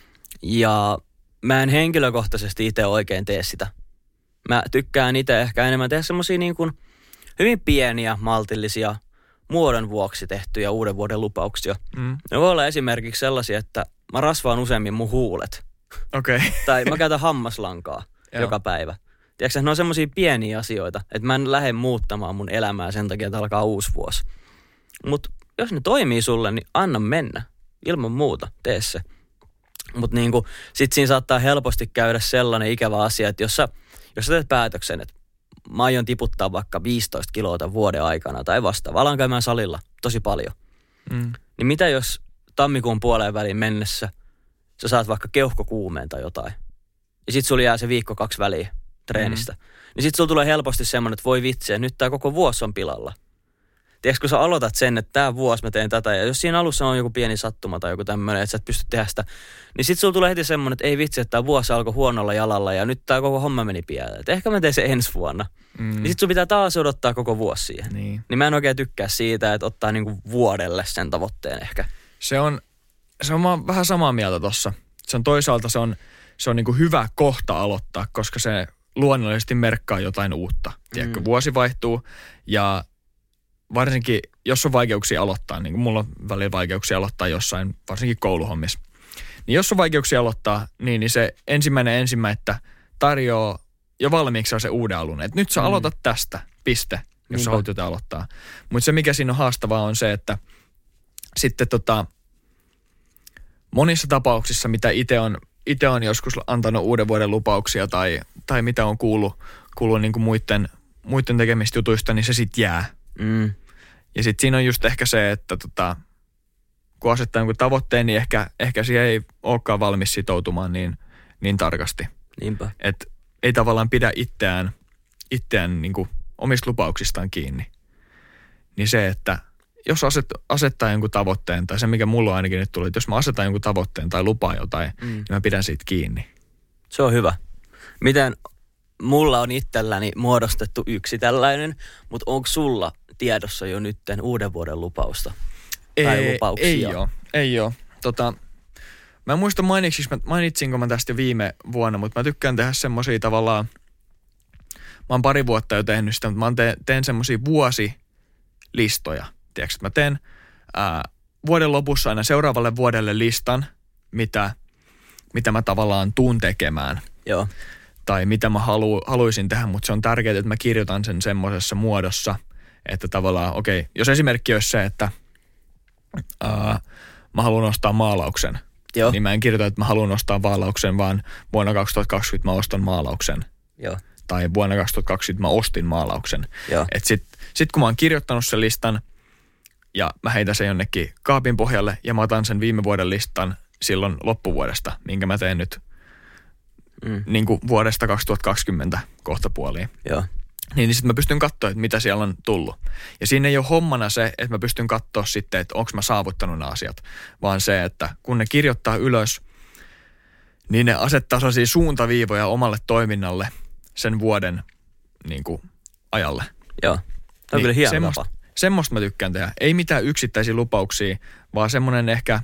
Ja mä en henkilökohtaisesti itse oikein tee sitä. Mä tykkään itse ehkä enemmän tehdä semmosia niin kuin hyvin pieniä, maltillisia, muodon vuoksi tehtyjä uuden vuoden lupauksia. Mm. Ne voi olla esimerkiksi sellaisia, että mä rasvaan useammin mun huulet. Okei. Okay. Tai mä käytän hammaslankaa joka päivä. Tiedätkö, ne on semmosia pieniä asioita, että mä en lähde muuttamaan mun elämää sen takia, että alkaa uusi vuosi. Mut jos ne toimii sulle, niin anna mennä. Ilman muuta, tee se. Mut niinku, sit siinä saattaa helposti käydä sellainen ikävä asia, että jos sä Jos sä teet päätöksen, että mä aion tiputtaa vaikka viisitoista kiloa tämän vuoden aikana tai vastaava, alan käymään salilla tosi paljon, mm. niin mitä jos tammikuun puoleen väliin mennessä sä saat vaikka keuhkokuumeen tai jotain, ja sit sulla jää se viikko kaksi väliin treenistä, mm. niin sit sulla tulee helposti semmoinen, että voi vitsi, nyt tää koko vuosi on pilalla. Tiedätkö, kun sä aloitat sen, että tää vuosi mä teen tätä, ja jos siinä alussa on joku pieni sattuma tai joku tämmöinen, että sä et pysty tehdä sitä, niin sit sulla tulee heti semmoinen, että ei vitsi, että tää vuosi alkoi huonolla jalalla, ja nyt tää koko homma meni pieleen. Että ehkä mä teen se ensi vuonna. Mm. Niin sit sun pitää taas odottaa koko vuosi siihen. Niin. Niin mä en oikein tykkää siitä, että ottaa niinku vuodelle sen tavoitteen ehkä. Se on, se on vähän samaa mieltä tossa. Se on toisaalta se on, se on niinku hyvä kohta aloittaa, koska se luonnollisesti merkkaa jotain uutta. Tiedätkö, mm. vuosi vaihtuu, ja varsinkin, jos on vaikeuksia aloittaa, niin kuin mulla on välillä vaikeuksia aloittaa jossain, varsinkin kouluhommissa. Niin jos on vaikeuksia aloittaa, niin, niin se ensimmäinen ensimmäistä tarjoaa jo valmiiksi se uuden alun. Että nyt sä mm. aloitat tästä, piste, jos Niinpä. Sä haluat jotain aloittaa. Mutta se, mikä siinä on haastavaa, on se, että sitten tota, monissa tapauksissa, mitä itse on, ite on joskus antanut uuden vuoden lupauksia tai, tai mitä on kuullut, kuullut niin kuin muiden, muiden tekemistä jutuista, niin se sitten jää. Mm. Ja sitten siinä on just ehkä se, että tota, kun asettaa jonkun tavoitteen, niin ehkä, ehkä siihen ei olekaan valmis sitoutumaan niin, niin tarkasti. Niinpä. Että ei tavallaan pidä itseään, itseään niin kuin omista lupauksistaan kiinni. Niin se, että jos aset, asettaa jonkun tavoitteen, tai se mikä mulla on ainakin nyt tuli, että jos mä asetan jonkun tavoitteen tai lupaan jotain, mm. niin mä pidän siitä kiinni. Se on hyvä. Miten mulla on itselläni muodostettu yksi tällainen, mutta onko sulla tiedossa jo nytten uuden vuoden lupausta? Tai ei, lupauksia? Ei ole, ei ole. Tota, mä en muista mainitsinko mä tästä viime vuonna, mutta mä tykkään tehdä semmosia tavallaan, mä oon pari vuotta jo tehnyt sitä, mutta mä teen, teen semmosia vuosilistoja. Tiedätkö, että mä teen ää, vuoden lopussa aina seuraavalle vuodelle listan, mitä, mitä mä tavallaan tuun tekemään. Joo. Tai mitä mä halu, haluaisin tehdä, mutta se on tärkeää, että mä kirjoitan sen semmoisessa muodossa, että tavallaan, okei, okay, jos esimerkki olisi se, että ää, mä haluan ostaa maalauksen, Joo. niin mä en kirjoita, että mä haluan ostaa maalauksen, vaan vuonna kaksituhattakaksikymmentä mä ostan maalauksen. Joo. Tai vuonna kaksituhattakaksikymmentä mä ostin maalauksen. Joo. Et sit, sit kun mä oon kirjoittanut sen listan, ja mä heitän sen jonnekin kaapin pohjalle ja mä otan sen viime vuoden listan silloin loppuvuodesta, minkä mä teen nyt mm. niin kuin vuodesta kaksituhattakaksikymmentä kohta puoliin. Joo. Niin, niin sitten mä pystyn katsoa, että mitä siellä on tullut. Ja siinä ei ole hommana se, että mä pystyn katsoa sitten, että onko mä saavuttanut nämä asiat, vaan se, että kun ne kirjoittaa ylös, niin ne asettaa sellaisia suuntaviivoja omalle toiminnalle sen vuoden niin kuin, ajalle. Joo, tämä on niin, kyllä hieno semmoista, tapa. Semmoista mä tykkään tehdä. Ei mitään yksittäisiä lupauksia, vaan semmoinen ehkä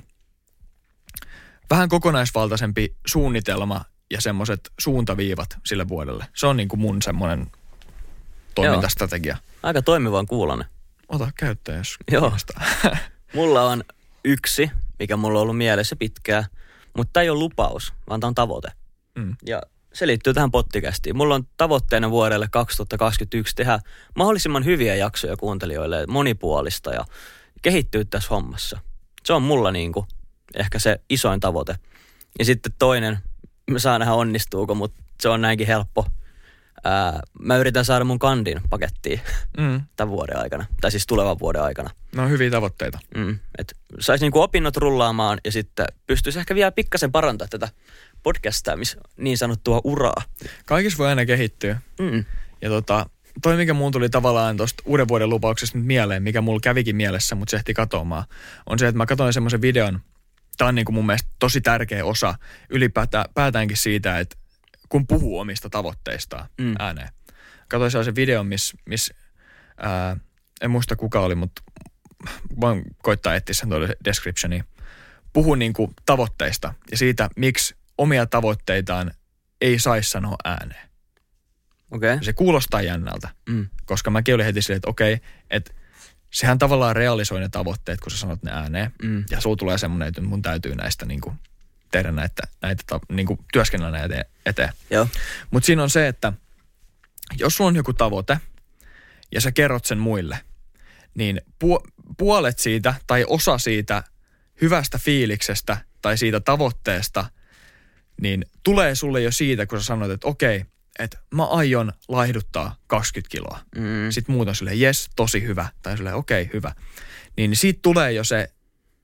vähän kokonaisvaltaisempi suunnitelma ja semmoiset suuntaviivat sille vuodelle. Se on niin kuin mun semmoinen toimintastrategia. Joo. Aika toimivan kuulonen. Ota käyttöön, jos Joo. kiinnostaa. Mulla on yksi, mikä mulla on ollut mielessä pitkään, mutta tämä ei ole lupaus, vaan tämä on tavoite. Mm. Ja se liittyy tähän pottikästiin. Mulla on tavoitteena vuodelle kaksituhattakaksikymmentäyksi tehdä mahdollisimman hyviä jaksoja kuuntelijoille, monipuolista ja kehittyä tässä hommassa. Se on mulla niinku ehkä se isoin tavoite. Ja sitten toinen, mä saan nähdä onnistuuko, mutta se on näinkin helppo. Ää, mä yritän saada mun kandin pakettiin mm. tämän vuoden aikana, tai siis tulevan vuoden aikana. Ne on hyviä tavoitteita. Mm, että saisi niinku opinnot rullaamaan ja sitten pystyisi ehkä vielä pikkasen parantaa tätä podcastaamista, niin sanottua uraa. Kaikissa voi aina kehittyä. Mm. Ja tota, toi mikä muun tuli tavallaan tuosta uuden vuoden lupauksesta nyt mieleen, mikä mulla kävikin mielessä, mutta se ehti katoamaan, on se, että mä katsoin semmoisen videon, tää on niinku mun mielestä tosi tärkeä osa ylipäätäänkin siitä, että kun puhuu omista tavoitteistaan mm. ääneen. Katoin sellaisen videon, missä, miss, ää, en muista kuka oli, mutta voin koittaa etsiä sen tuolle descriptioniin. Puhuu niinku tavoitteista ja siitä, miksi omia tavoitteitaan ei saisi sanoa ääneen. Okay. Se kuulostaa jännältä, mm. koska mäkin olin heti silleen, että okei, okay, että sehän tavallaan realisoi ne tavoitteet, kun sä sanot ne ääneen. Mm. Ja sulla tulee semmoinen, että mun täytyy näistä niinku tehdä näitä, näitä niinku työskennellä näitä eteen. Mutta siinä on se, että jos sulla on joku tavoite ja sä kerrot sen muille, niin pu- puolet siitä tai osa siitä hyvästä fiiliksestä tai siitä tavoitteesta, niin tulee sulle jo siitä, kun sä sanot, että okei, että mä aion laihduttaa kaksikymmentä kiloa. Mm. Sitten muut on silleen, jes, tosi hyvä. Tai silleen, okei, hyvä. Niin siitä tulee jo se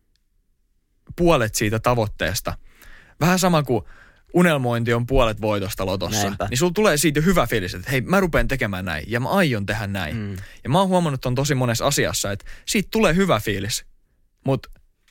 puolet siitä tavoitteesta. Vähän sama kuin unelmointi on puolet voitosta lotossa. Näinpä. Niin sulla tulee siitä jo hyvä fiilis, että hei, mä rupean tekemään näin ja mä aion tehdä näin. Mm. Ja mä oon huomannut ton tosi monessa asiassa, että siitä tulee hyvä fiilis. Mutta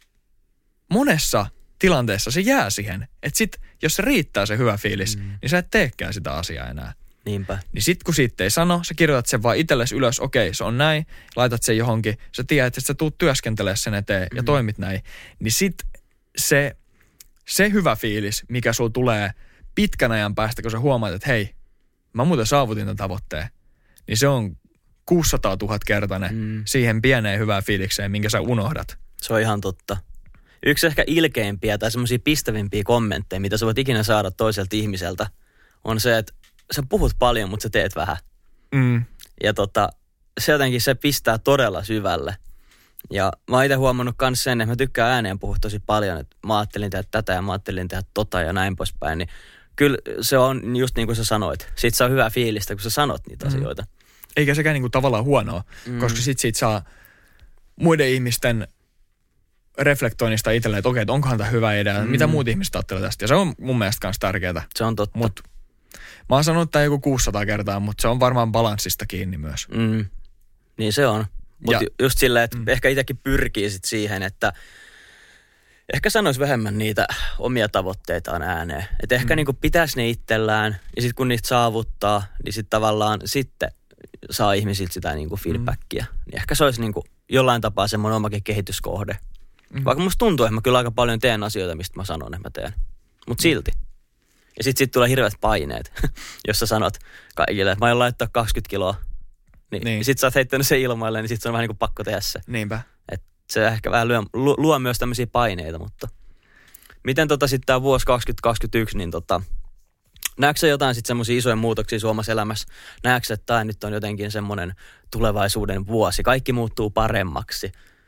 monessa tilanteessa se jää siihen, että sit, jos se riittää se hyvä fiilis, mm. niin sä et teekään sitä asiaa enää. Niinpä. Niin sit kun siitä ei sano, sä kirjoitat sen vaan itsellesi ylös, okei, se on näin, laitat sen johonkin, sä tiedät, että sä tuut työskentelemään sen eteen mm. ja toimit näin, niin sit se, se hyvä fiilis, mikä sulla tulee pitkän ajan päästä, kun sä huomaat, että hei, mä muuten saavutin tämän tavoitteen, niin se on kuusisataatuhatta kertainen mm. siihen pieneen hyvään fiilikseen, minkä sä unohdat. Se on ihan totta. Yksi ehkä ilkeimpiä tai semmoisia pistävimpiä kommentteja, mitä sä voit ikinä saada toiselta ihmiseltä, on se, että sä puhut paljon, mutta sä teet vähän. Mm. Ja tota, se jotenkin se pistää todella syvälle. Ja mä oon itse huomannut myös sen, että mä tykkään ääneen puhua tosi paljon, että mä ajattelin tehdä tätä ja mä ajattelin tehdä tota ja näin poispäin. Niin kyllä se on just niin kuin sä sanoit. Siitä saa hyvää fiilistä, kun sä sanot niitä mm. asioita. Eikä sekään niin kuin tavallaan huonoa, mm. koska sit siitä saa muiden ihmisten reflektoinnista itselleen, että okei, että onkohan tämä hyvä idea, mm. mitä muut ihmiset ajattelee tästä. Ja se on mun mielestä myös tärkeää. Se on totta. Mut, mä oon sanonut tämän joku kuusisataa kertaa, mutta se on varmaan balanssista kiinni myös. Mm. Niin se on. Mutta just silleen, että mm. ehkä itsekin pyrkii sit siihen, että ehkä sanoisi vähemmän niitä omia tavoitteitaan ääneen. Että ehkä mm. niinku pitäisi ne itsellään ja sitten kun niistä saavuttaa, niin sitten tavallaan sitten saa ihmisiltä sitä niinku feedbackia. Mm. Niin ehkä se olisi niinku jollain tapaa semmoinen omakin kehityskohde. Mm. Vaikka musta tuntuu, että mä kyllä aika paljon teen asioita, mistä mä sanon, että mä teen. Mutta silti. Ja sit, sit tulee hirveät paineet, jos sä sanot kaikille, että mä aion laittaa kaksikymmentä kiloa. Niin, niin. Sit sä oot heittänyt sen ilmoille, niin sit se on vähän niin kuin pakko tehdä se. Niinpä. Et se ehkä vähän luo, luo myös tämmöisiä paineita, mutta miten tota sitten tää vuosi kaksituhattakaksikymmentäyksi, niin tota, näetkö sä jotain sitten semmoisia isoja muutoksia suomalaisessa elämässä? Näetkö sä, että tää nyt on jotenkin semmoinen tulevaisuuden vuosi? Kaikki muuttuu paremmaksi.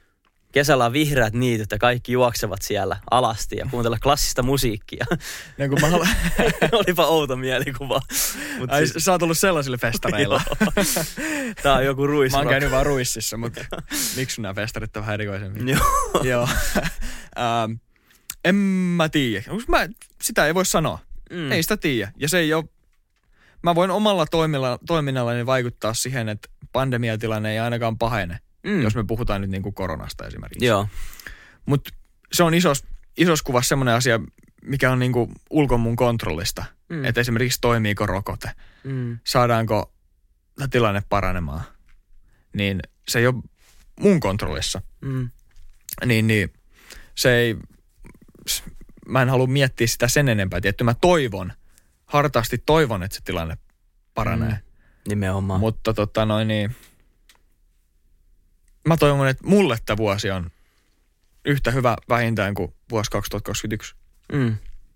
Kesällä on vihreät niityt ja kaikki juoksevat siellä alasti ja kuuntella klassista musiikkia. No, kun mä haluan... Olipa outo mielikuva. Mut Ai, siis... sä oot ollut sellaisilla festareilla. Tää on joku ruis. Mä oon käynyt vaan ruississa, mutta miksi nämä festarit on vähän erikoisemmin? Joo. Joo. ähm, en mä tiedä. Mä, sitä ei voi sanoa. Mm. Ei sitä tiedä. Ja se ei ole... Mä voin omalla toimilla, toiminnallani vaikuttaa siihen, että pandemiatilanne ei ainakaan pahene. Mm. Jos me puhutaan nyt niin kuin koronasta esimerkiksi. Joo. Mutta se on isos, isos kuvassa semmoinen asia, mikä on niin kuin ulkon mun kontrollista. Mm. Että esimerkiksi toimiiko rokote. Mm. Saadaanko tilanne paranemaan. Niin se ei ole mun kontrollissa. Mm. Niin, niin se ei, mä en halua miettiä sitä sen enempää. Tietty mä toivon, hartaasti toivon, että se tilanne paranee. Mm. Nimenomaan. Mutta tota noin niin... Mä toivon, että mulle tämä vuosi on yhtä hyvä vähintään kuin vuosi kaksituhattakaksikymmentäyksi. Mm.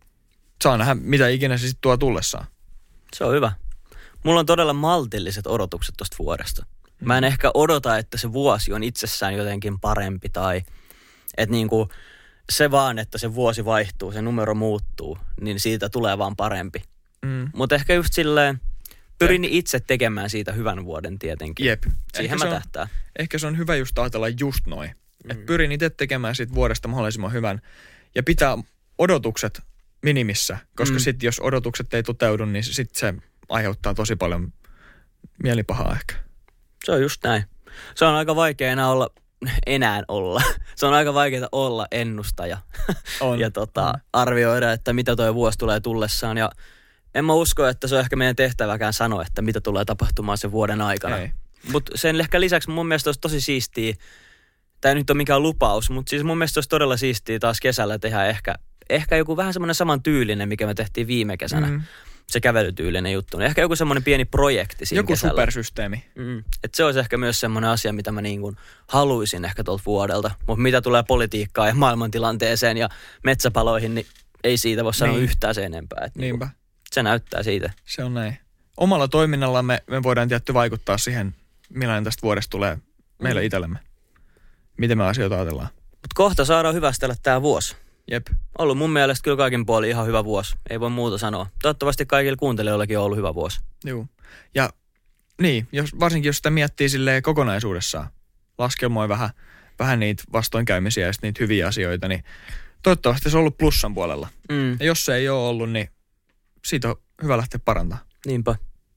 Saa nähdä, mitä ikinä se sitten tuo tullessaan. Se on hyvä. Mulla on todella maltilliset odotukset tosta vuodesta. Mm. Mä en ehkä odota, että se vuosi on itsessään jotenkin parempi tai että niinku se vaan, että se vuosi vaihtuu, se numero muuttuu, niin siitä tulee vaan parempi. Mm. Mutta ehkä just silleen... Pyrin itse tekemään siitä hyvän vuoden tietenkin. Jep. Siihen mä tähtään. Ehkä se on hyvä just ajatella just noin. Mm. Että pyrin itse tekemään siitä vuodesta mahdollisimman hyvän. Ja pitää odotukset minimissä. Koska mm. sitten jos odotukset ei toteudu, niin sitten se aiheuttaa tosi paljon mielipahaa ehkä. Se on just näin. Se on aika vaikea enää olla, enää olla. Se on aika vaikeaa olla ennustaja. On. ja tota, on. arvioida, että mitä toi vuosi tulee tullessaan. Ja en mä usko, että se on ehkä meidän tehtäväkään sanoa, että mitä tulee tapahtumaan sen vuoden aikana. Mutta sen ehkä lisäksi mun mielestä olisi tosi siistiä, tämä ei nyt ole mikään lupaus, mutta siis mun mielestä olisi todella siistiä taas kesällä tehdä ehkä, ehkä joku vähän semmoinen saman tyylinen, mikä me tehtiin viime kesänä. Mm. Se kävelytyylinen juttu. Ehkä joku semmoinen pieni projekti siinä joku kesällä. Supersysteemi. Mm. Että se olisi ehkä myös semmoinen asia, mitä mä niin kuin haluaisin ehkä tuolta vuodelta. Mutta mitä tulee politiikkaan ja maailmantilanteeseen ja metsäpaloihin, niin ei siitä voi sanoa niin. yhtään sen enempää. Että Niinpä. Niin se näyttää siitä. Se on näin. Omalla toiminnallamme me voidaan tietty vaikuttaa siihen, millainen tästä vuodesta tulee meille mm. itsellemme. Miten me asioita ajatellaan. Mutta kohta saadaan hyvästellä tämä vuosi. Jep. Ollut mun mielestä kyllä kaikin puolin ihan hyvä vuosi. Ei voi muuta sanoa. Toivottavasti kaikilla kuuntelijoillakin on ollut hyvä vuosi. Joo. Ja niin, jos, varsinkin jos sitä miettii silleen kokonaisuudessaan, laskelmoi vähän, vähän niitä vastoinkäymisiä ja niitä hyviä asioita, niin toivottavasti se on ollut plussan puolella. Mm. Ja jos se ei ole ollut, niin siitä on hyvä lähteä parantamaan. Niinpä.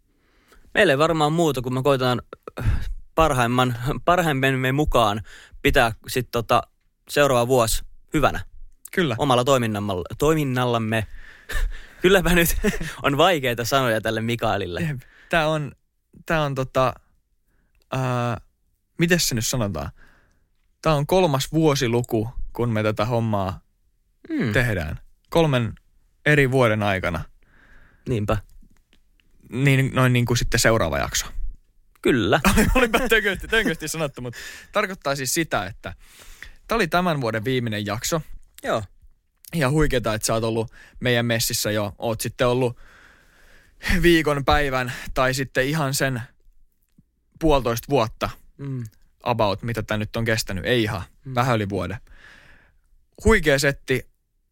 Meillä ei varmaan muuta, kun me koitetaan parhaimman, parhaimmamme mukaan pitää sitten tota seuraava vuosi hyvänä. Kyllä. Omalla toiminnallamme. Kylläpä nyt on vaikeita sanoja tälle Mikaelille. Tämä on, tää on tota, ää, miten se nyt sanotaan? Tämä on kolmas vuosiluku, kun me tätä hommaa mm. tehdään. Kolmen eri vuoden aikana. Niinpä. Niin, noin niin kuin sitten seuraava jakso. Kyllä. Olipa tönkösti, tönkösti sanottu, mutta tarkoittaa siis sitä, että tämä oli tämän vuoden viimeinen jakso. Joo. Ja huikeeta, että sä oot ollut meidän messissä jo. Oot sitten ollut viikon, päivän tai sitten ihan sen puolitoista vuotta mm. about, mitä tämä nyt on kestänyt. Ei ihan, mm. vähän yli vuoden. Huikea setti.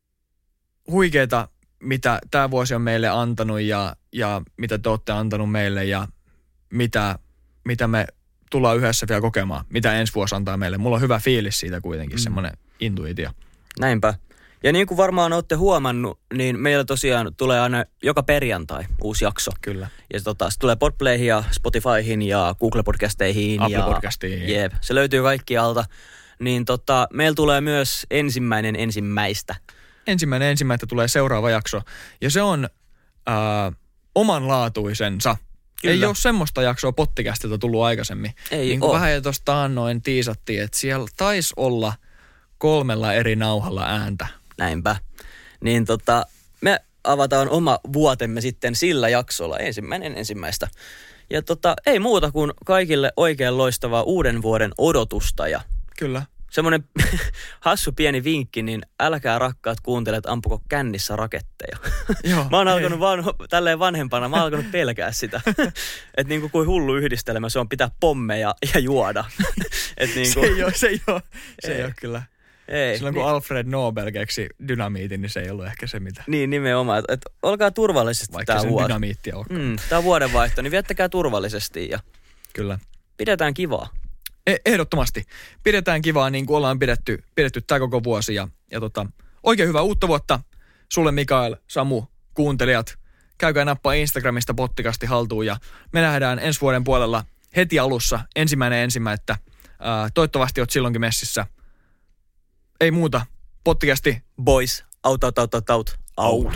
Huikeeta, mitä tämä vuosi on meille antanut ja, ja mitä te olette antanut meille ja mitä, mitä me tullaan yhdessä vielä kokemaan. Mitä ensi vuosi antaa meille. Mulla on hyvä fiilis siitä kuitenkin, mm. semmoinen intuitio. Näinpä. Ja niin kuin varmaan olette huomannut, niin meillä tosiaan tulee aina joka perjantai uusi jakso. Kyllä. Ja se, tota, se tulee Podplayhin ja Spotifyhin ja Google-podcasteihin. Apple ja, podcastiin. Jep, se löytyy kaikkialta. Niin tota, meillä tulee myös ensimmäinen ensimmäistä. Ensimmäinen ensimmäistä tulee seuraava jakso. Ja se on ää, omanlaatuisensa. Kyllä. Ei ole semmoista jaksoa Pottikästiltä tullut aikaisemmin. Ei niin kuin vähän jo tuosta taannoin tiisattiin, että siellä taisi olla kolmella eri nauhalla ääntä. Näinpä. Niin tota, me avataan oma vuotemme sitten sillä jaksolla, ensimmäinen ensimmäistä. Ja tota, ei muuta kuin kaikille oikein loistavaa uuden vuoden odotusta ja kyllä. semmoinen hassu pieni vinkki, niin älkää rakkaat kuuntelijat ampuko kännissä raketteja. Joo, mä oon alkanut vaan, tälleen vanhempana, mä oon alkanut pelkää sitä. Että niinku kuin hullu yhdistelmä, se on pitää pommeja ja juoda. Et niinku, se ei ole, se ei ole, se ei. Ei. ei ole kyllä. ei, Silloin kun niin, Alfred Nobel keksi dynamiitin, niin se ei ollut ehkä se mitä. Niin, nimenomaan. Että et, olkaa turvallisesti Vaikka tää sen vuosi. dynamiittia onkaan. Mm, tää on vuodenvaihto, niin viettäkää turvallisesti ja Kyllä. pidetään kivaa. E- ehdottomasti. Pidetään kivaa niin kuin ollaan pidetty, pidetty tämä koko vuosi. Ja, ja tota, oikein hyvää uutta vuotta sulle Mikael, Samu, kuuntelijat. Käykää nappaa Instagramista pottikasti haltuun ja me nähdään ensi vuoden puolella heti alussa ensimmäinen ensimmäistä. Ää, toivottavasti oot silloinkin messissä. Ei muuta. Pottikasti. Boys, out, out, out, out, out, out.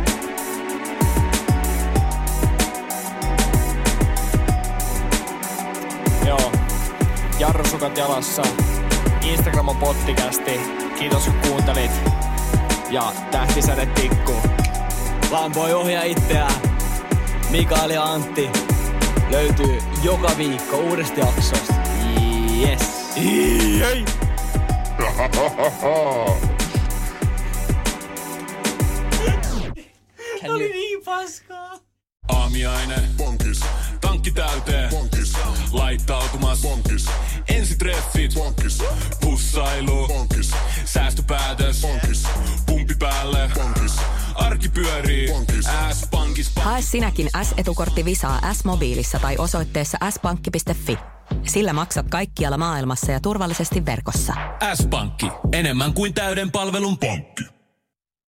Joo. Jarrusukat jalassa. Instagram on pottikästi. Kiitos kun kuuntelit. Ja tähtisäde tikkuu. Vaan voi ohjaa itseään. Mikael ja Antti löytyy joka viikko uudesta jaksosta. Yes. Ei. Oli niin paskaa. Aamiainen. Bonkis. Tankki täyteen. Bonkis. Laittautumas. Bonkis. Ensitreffit. Bonkis. Pussailu. Bonkis. Säästöpäätös. Bonkis. Pumpi päälle. Bonkis. Arki pyörii. Bonkis. S-pankis. Hae sinäkin S-etukortti Visaa S-mobiilissa tai osoitteessa s pankki piste fi. Sillä maksat kaikkialla maailmassa ja turvallisesti verkossa. S-pankki. Enemmän kuin täyden palvelun pankki.